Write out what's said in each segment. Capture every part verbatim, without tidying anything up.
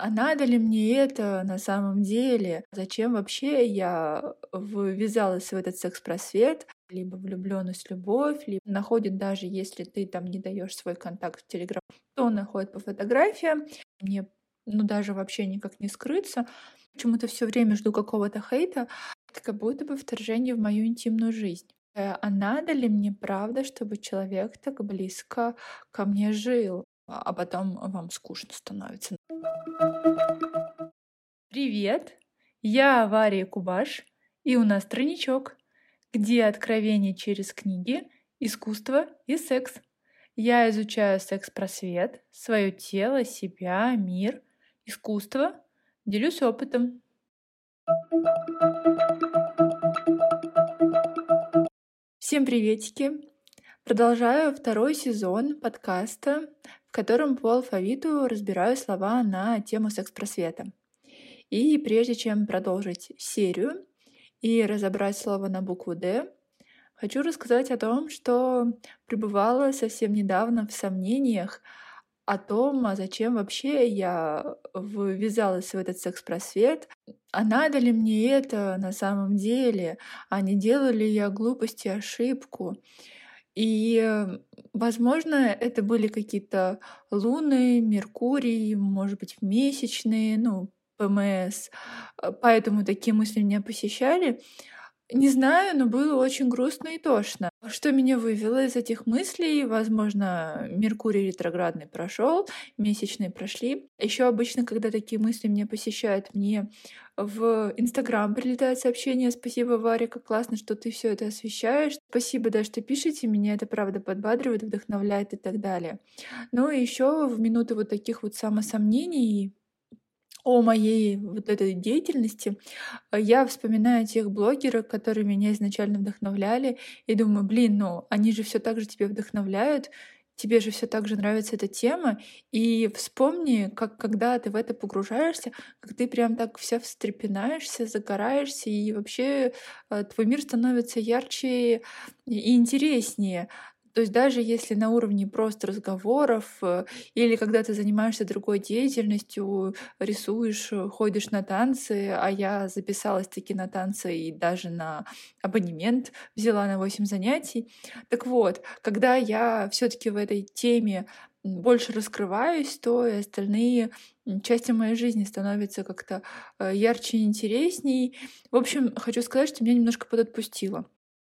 А надо ли мне это на самом деле? Зачем вообще я ввязалась в этот секс-просвет? Либо влюблённость, любовь, либо находит, даже если ты там не даёшь свой контакт в "Телеграм", то находит по фотографиям. Мне, ну, даже вообще никак не скрыться. Почему-то всё время жду какого-то хейта. Это как будто бы вторжение в мою интимную жизнь. Э, а надо ли мне, правда, чтобы человек так близко ко мне жил, а потом вам скучно становится? Привет! Я Варя Кубаш, и у нас тройничок, где откровения через книги, искусство и секс. Я изучаю секс-просвет, своё тело, себя, мир, искусство, делюсь опытом. Всем приветики! Продолжаю второй сезон подкаста, в котором по алфавиту разбираю слова на тему секс-просвета. И прежде чем продолжить серию и разобрать слово на букву "Д", хочу рассказать о том, что пребывала совсем недавно в сомнениях о том, а зачем вообще я ввязалась в этот секс-просвет. А надо ли мне это на самом деле? А не делаю ли я глупость и ошибку? И, возможно, это были какие-то луны, Меркурий, может быть, месячные, ну, ПМС, э, поэтому такие мысли меня посещали. Не знаю, но было очень грустно и тошно. Что меня вывело из этих мыслей? Возможно, Меркурий ретроградный прошёл, месячные прошли. Ещё обычно, когда такие мысли меня посещают, мне в "Инстаграм" прилетает сообщение: "Спасибо, Варя, как классно, что ты всё это освещаешь. Спасибо, да, что пишете, меня это правда подбадривает, вдохновляет" и так далее. Ну и ещё в минуты вот таких вот самосомнений о моей вот этой деятельности я вспоминаю тех блогеров, которые меня изначально вдохновляли, и думаю: "Блин, ну они же всё так же тебя вдохновляют, тебе же всё так же нравится эта тема". И вспомни, как когда ты в это погружаешься, как ты прям так вся встрепенаешься, загораешься, и вообще, э, твой мир становится ярче и интереснее. То есть даже если на уровне просто разговоров, э, или когда ты занимаешься другой деятельностью, рисуешь, ходишь на танцы, а я записалась-таки на танцы и даже на абонемент взяла на восемь занятий. Так вот, когда я всё-таки в этой теме больше раскрываюсь, то и остальные, м, части моей жизни становятся как-то, э, ярче и интересней. В общем, хочу сказать, что меня немножко подотпустило.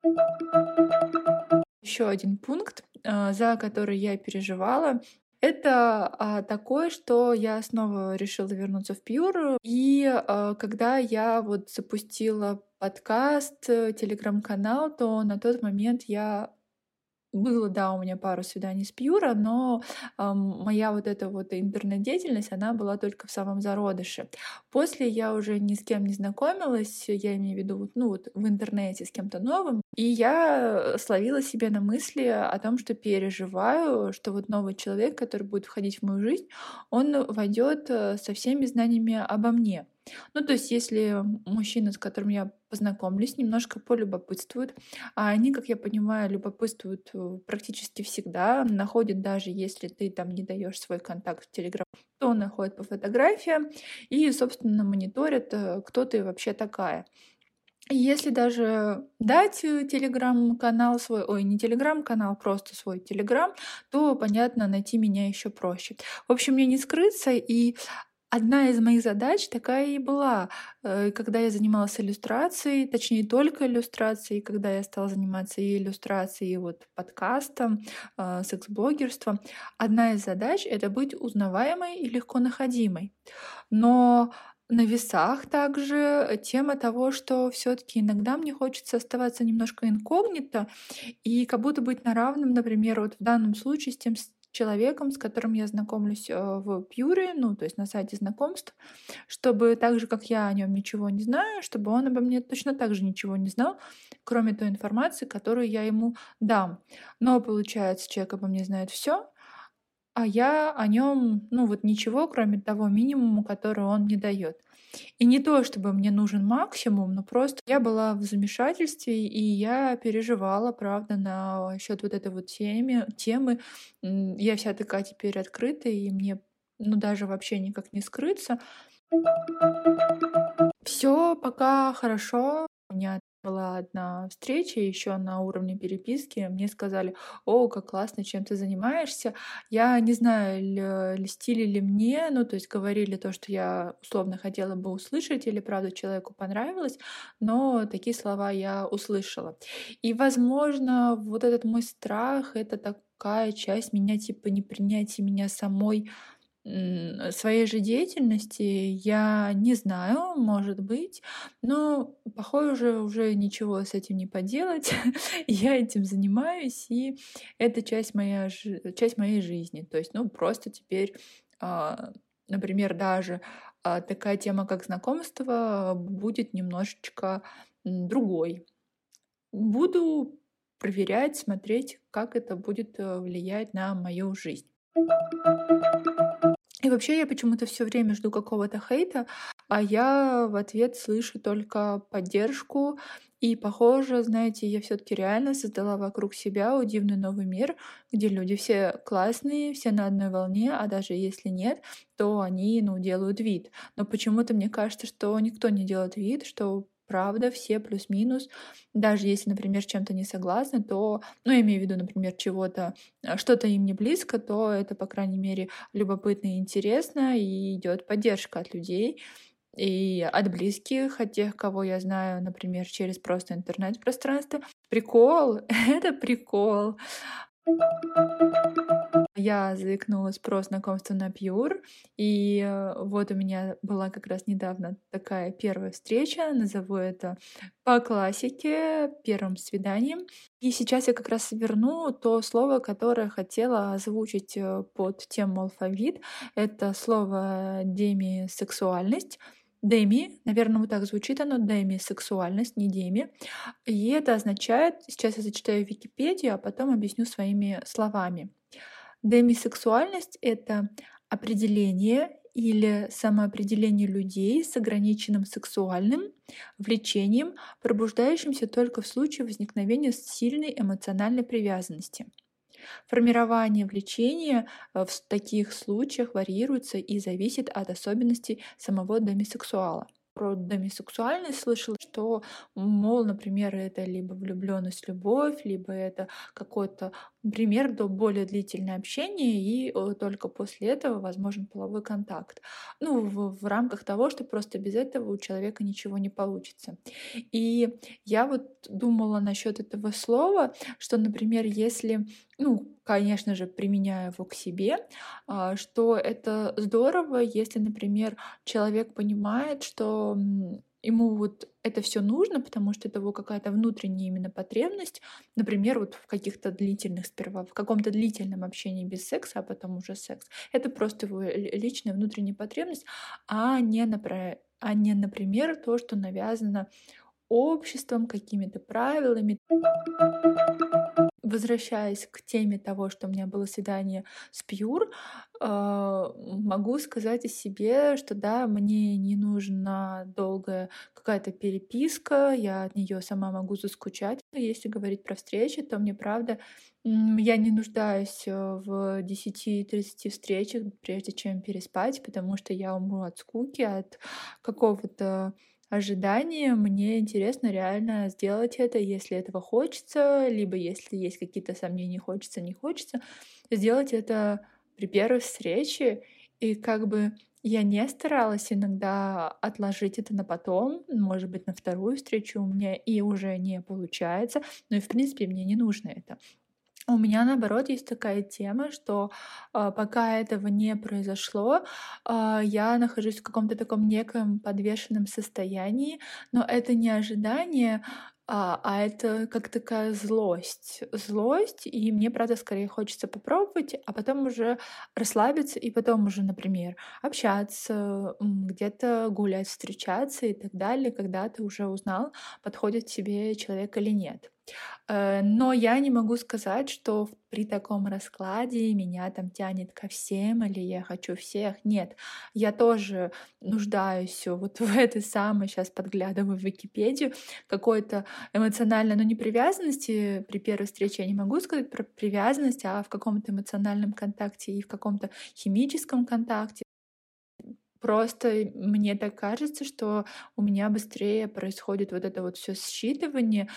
Ещё один пункт, э, за который я переживала- это, а, такой, что я снова решила вернуться в "Пьюр". И, э, когда я вот запустила подкаст, телеграм-канал, то на тот момент я было, да, у меня пару свиданий с "Пьюра", но, э, моя вот эта вот интернет-деятельность, она была только в самом зародыше. После я уже ни с кем не знакомилась, я имею в виду вот, ну вот в интернете с кем-то новым, и я словила себя на мысли о том, что переживаю, что вот новый человек, который будет входить в мою жизнь, он войдёт, э, со всеми знаниями обо мне. Ну, то есть если мужчина, с которым я познакомлюсь, немножко полюбопытствует, а они, как я понимаю, любопытствуют практически всегда, находят, даже если ты там не даёшь свой контакт в "Телеграм", то находят по фотографиям и, собственно, мониторят, э, кто ты вообще такая. И если даже дать телеграм-канал свой, ой, не телеграм-канал, просто свой "Телеграм", то, понятно, найти меня ещё проще. В общем, мне не скрыться, и одна из моих задач такая и была, э, когда я занималась иллюстрацией, точнее, только иллюстрацией, когда я стала заниматься и иллюстрацией, и вот подкастом, э, секс-блогерством. Одна из задач- это быть узнаваемой и легко находимой. Но на весах также тема того, что всё-таки иногда мне хочется оставаться немножко инкогнито и как будто быть на равном, например, вот в данном случае с тем с человеком, с которым я знакомлюсь, э, в "Пьюре", ну, то есть на сайте знакомств, чтобы так же, как я о нём ничего не знаю, чтобы он обо мне точно так же ничего не знал, кроме той информации, которую я ему дам. Но получается, человек обо мне знает всё, а я о нём, ну, вот ничего, кроме того минимума, который он мне даёт. И не то чтобы мне нужен максимум, но просто я была в замешательстве, и я переживала, правда, насчёт вот этой вот теме темы. М, я вся такая теперь открытая, и мне ну, даже вообще никак не скрыться. Все пока хорошо. У меня была одна встреча еще на уровне переписки. Мне сказали: "О, как классно, чем ты занимаешься". Я не знаю, ль льстили ли мне, ну, то есть говорили то, что я условно хотела бы услышать, или правда человеку понравилось, но такие слова я услышала. И, возможно, вот этот мой страх — это такая часть меня, типа непринятия меня самой, м, своей же деятельности, я не знаю, может быть, но, похоже, уже ничего с этим не поделать. Я этим занимаюсь, и это часть моя жи часть моей жизни. То есть, ну, просто теперь, а, например, даже, а, такая тема, как знакомство, будет немножечко, м, другой. Буду проверять, смотреть, как это будет, э, влиять на мою жизнь. И вообще я почему-то все время жду какого-то хейта, а я в ответ слышу только поддержку. И похоже, знаете, я все таки реально создала вокруг себя дивный новый мир, где люди все классные, все на одной волне, а даже если нет, то они, ну, делают вид. Но почему-то мне кажется, что никто не делает вид, что правда все плюс-минус. Даже если, например, с чем-то не согласны, то, ну, я имею в виду, например, чего-то, э, что-то им не близко, то это, по крайней мере, любопытно и интересно, и идет поддержка от людей, и от близких, от тех, кого я знаю, например, через просто интернет-пространство. Прикол, это прикол. Я заикнулась про знакомство на Пьюр, и э, вот у меня была как раз недавно такая первая встреча, назову это по классике, первым свиданием. И сейчас я как раз верну то слово, которое хотела озвучить э, под тему алфавит. Это слово демисексуальность. Деми, наверное, вот так звучит оно, демисексуальность, не деми. И это означает, сейчас я зачитаю Википедию, а потом объясню своими словами. Демисексуальность — это определение или самоопределение людей с ограниченным сексуальным влечением, пробуждающимся только в случае возникновения сильной эмоциональной привязанности. Формирование влечения э, в с- таких случаях варьируется и зависит от особенностей самого демисексуала. Про демисексуальность слышала, что, мол, например, это либо влюбленность, любовь, либо это какой-то, например, до более длительное общение, и э, только после этого возможен половой контакт. Ну, в, в рамках того, что просто без этого у человека ничего не получится. И я вот думала насчет этого слова, что, например, если, ну, конечно же, применяю его к себе, а, что это здорово, если, например, человек понимает, что м, ему вот это все нужно, потому что это его какая-то внутренняя именно потребность, например, вот в каких-то длительных сперва, в каком-то длительном общении без секса, а потом уже секс. Это просто его ли- личная внутренняя потребность, а не, напра- а не, например, то, что навязано обществом, какими-то правилами. Возвращаясь к теме того, что у меня было свидание с Пьюр, а, могу сказать о себе, что да, мне не нужна долгая какая-то переписка, я от нее сама могу заскучать. Если говорить про встречи, то мне правда, м, я не нуждаюсь э, в десяти-тридцати встречах, прежде чем переспать, потому что я умру от скуки, от какого-то ожидание. Мне интересно реально сделать это, если этого хочется, либо если есть какие-то сомнения, хочется, не хочется, сделать это при первой встрече. И как бы я не старалась иногда отложить это на потом, может быть, на вторую встречу у меня и уже не получается, но и в принципе мне не нужно это. У меня, наоборот, есть такая тема, что, а, пока этого не произошло, а, я нахожусь в каком-то таком неком подвешенном состоянии, но это не ожидание, а, а это как такая злость. Злость, и мне, правда, скорее хочется попробовать, а потом уже расслабиться, и потом уже, например, общаться, м, где-то гулять, встречаться и так далее, когда ты уже узнал, подходит тебе человек или нет. Э, но я не могу сказать, что в при таком раскладе меня там тянет ко всем или я хочу всех. Нет, я тоже нуждаюсь вот в этой самой, щас подглядываю в Википедию, какой-то эмоциональной, ну, не привязанности при первой встрече, я не могу сказать про привязанность, а в каком-то эмоциональном контакте и в каком-то химическом контакте. Просто мне так кажется, что у меня быстрее происходит вот это вот всё считывание.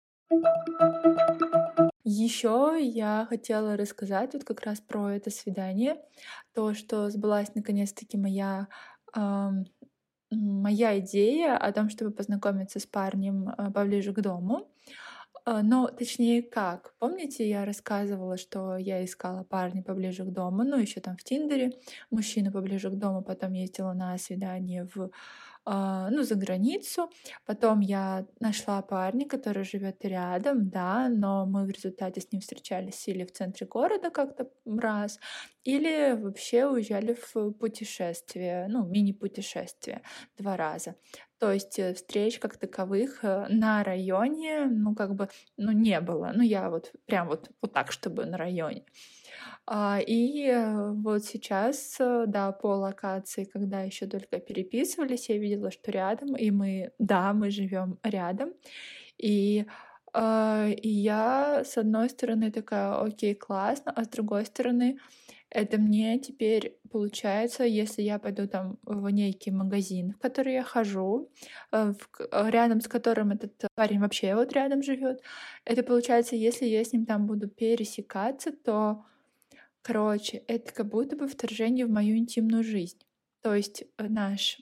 Ещё я хотела рассказать вот как раз про это свидание. То, что сбылась наконец-таки моя, ам, моя идея о том, чтобы познакомиться с парнем, э, поближе к дому. Э, но точнее как. Помните, я рассказывала, что я искала парня поближе к дому, ну, ещё там в "Тиндере", мужчину поближе к дому, потом ездила на свидание в, а, ну, за границу. Потом я нашла парня, который живёт рядом, да, но мы в результате с ним встречались или в центре города как-то, м, раз, или вообще уезжали в путешествие, ну, мини-путешествие два раза. То есть, э, встреч как таковых, э, на районе, ну, как бы, ну, не было. Ну, я вот прям вот вот так, чтобы на районе. А, и вот сейчас, э, да, по локации, когда ещё только переписывались, я видела, что рядом, и мы, да, мы живём рядом. И, а, и я, с одной стороны, такая: "Окей, классно", а с другой стороны, это мне теперь получается, если я пойду там в некий магазин, в который я хожу, э, в к рядом с которым этот парень вообще вот рядом живёт, это получается, если я с ним там буду пересекаться, то, короче, это как будто бы вторжение в мою интимную жизнь. То есть, э, наш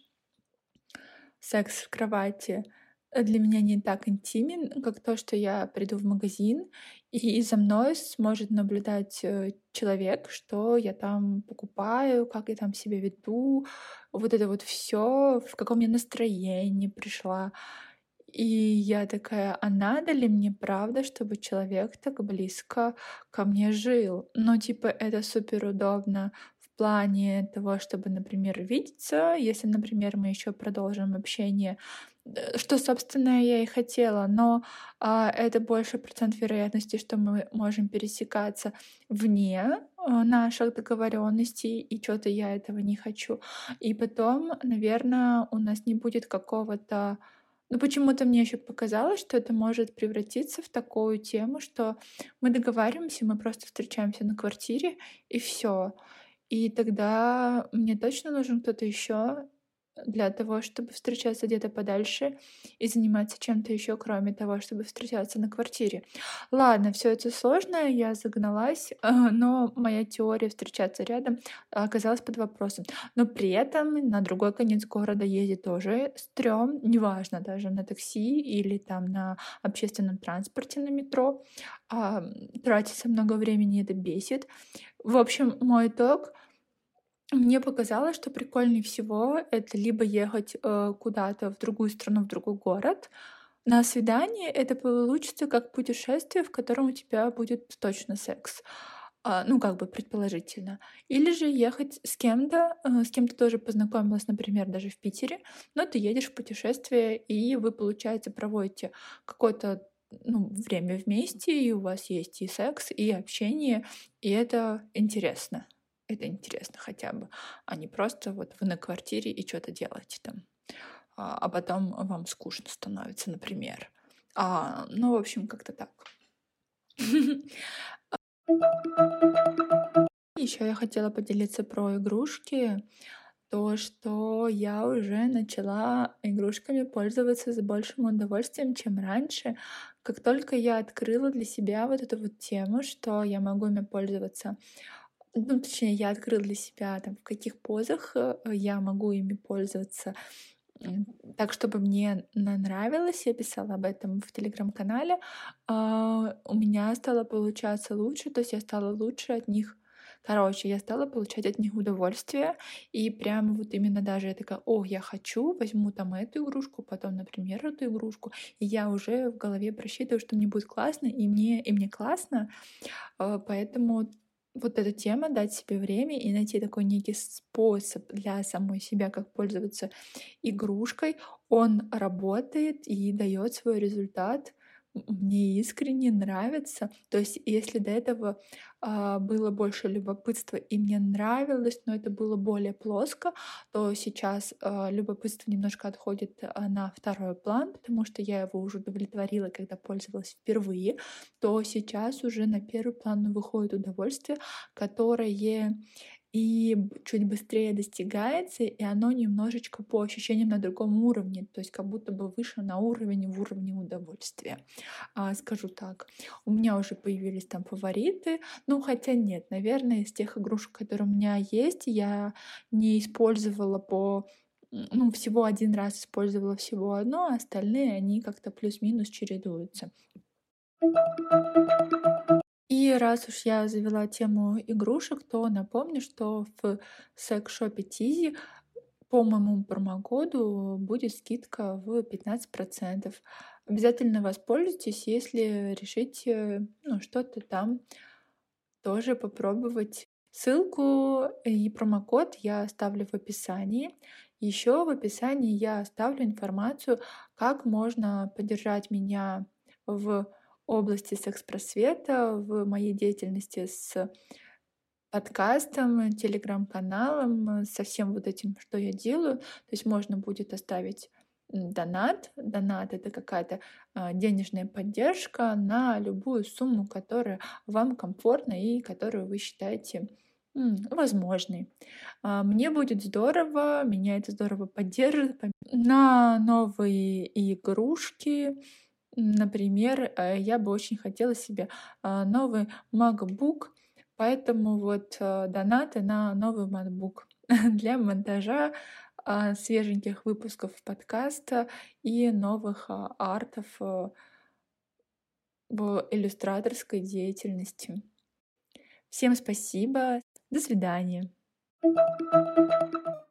секс в кровати, э, для меня не так интимен, как то, что я приду в магазин, и за мной сможет наблюдать, э, человек, что я там покупаю, как я там себя веду, вот это вот всё, в каком я настроении пришла. И я такая: "А надо ли мне, правда, чтобы человек так близко ко мне жил?" Ну, типа, это суперудобно в плане того, чтобы, например, видеться, если, например, мы ещё продолжим общение, э, что, собственно, я и хотела, но, а, это больше процент вероятности, что мы можем пересекаться вне, э, наших договорённостей, и чё-то я этого не хочу. И потом, наверно, у нас не будет какого-то ну, почему-то мне ещё показалось, что это может превратиться в такую тему, что мы договариваемся, мы просто встречаемся на квартире, и всё. И тогда мне точно нужен кто-то ещё для того, чтобы встречаться где-то подальше и заниматься чем-то ещё, кроме того, чтобы встречаться на квартире. Ладно, всё это сложно, я загналась, э, но моя теория встречаться рядом оказалась под вопросом. Но при этом на другой конец города ездить тоже стрём, неважно, даже на такси или там на общественном транспорте, на метро. Ам, тратится много времени, это бесит. В общем, мой итог: мне показалось, что прикольнее всего это либо ехать, э, куда-то в другую страну, в другой город. На свидание это получится как путешествие, в котором у тебя будет точно секс. А, ну, как бы предположительно. Или же ехать с кем-то, э, с кем ты тоже познакомилась, например, даже в Питере, но ты едешь в путешествие, и вы, получается, проводите какое-то, ну, время вместе, и у вас есть и секс, и общение, и это интересно. Это интересно хотя бы, а не просто вот вы на квартире и чё-то делаете там, а, а потом вам скучно становится, например. А, ну, в общем, как-то так. Ещё я хотела поделиться про игрушки. То, что я уже начала игрушками пользоваться с большим удовольствием, чем раньше. Как только я открыла для себя вот эту вот тему, что я могу ими пользоваться, ну, точнее, я открыла для себя, там, в каких позах, э, я могу ими пользоваться, м, так, чтобы мне на нравилось. Я писала об этом в телеграм-канале. А, у меня стало получаться лучше, то есть я стала лучше от них Короче, я стала получать от них удовольствие. И прямо вот именно даже я такая: "О, я хочу, возьму там эту игрушку, потом, например, эту игрушку". И я уже в голове просчитываю, что мне будет классно, и мне и мне классно. А, поэтому вот эта тема- дать себе время и найти такой некий способ для самой себя, как пользоваться игрушкой, он работает и даёт свой результат. м мне искренне нравится. То есть если до этого, а, было больше любопытства и мне нравилось, но это было более плоско, то сейчас, а, любопытство немножко отходит, а, на второй план, потому что я его уже удовлетворила, когда пользовалась впервые. То сейчас уже на первый план выходит удовольствие, которое и б чуть быстрее достигается, и оно немножечко по ощущениям на другом уровне, то есть как будто бы выше на уровень в уровне удовольствия. А, скажу так, у меня уже появились там фавориты, ну, хотя нет, наверное, из тех игрушек, которые у меня есть, я не использовала по м, ну, всего один раз использовала всего одно, а остальные, они как-то плюс-минус чередуются. И раз уж я завела тему игрушек, то напомню, что в секс-шопе Тизи по моему промокоду будет скидка в пятнадцать процентов. Обязательно воспользуйтесь, если решите, ну, что-то там тоже попробовать. Ссылку и промокод я оставлю в описании. Еще в описании я оставлю информацию, как можно поддержать меня в области секс-просвета, в моей деятельности с подкастом, телеграм-каналом, э, со всем вот этим, что я делаю. То есть можно будет оставить м, донат. Донат — это какая-то а, денежная поддержка на любую сумму, которая вам комфортна и которую вы считаете м, возможной. А, Мне будет здорово, меня это здорово поддержит. Пом- На новые игрушки, м, например, э, я бы очень хотела себе а, новый MacBook. Поэтому вот, э, донаты на новый MacBook для монтажа, а, свеженьких выпусков подкаста и новых, а, артов, э, в иллюстраторской деятельности. Всем спасибо. До свидания.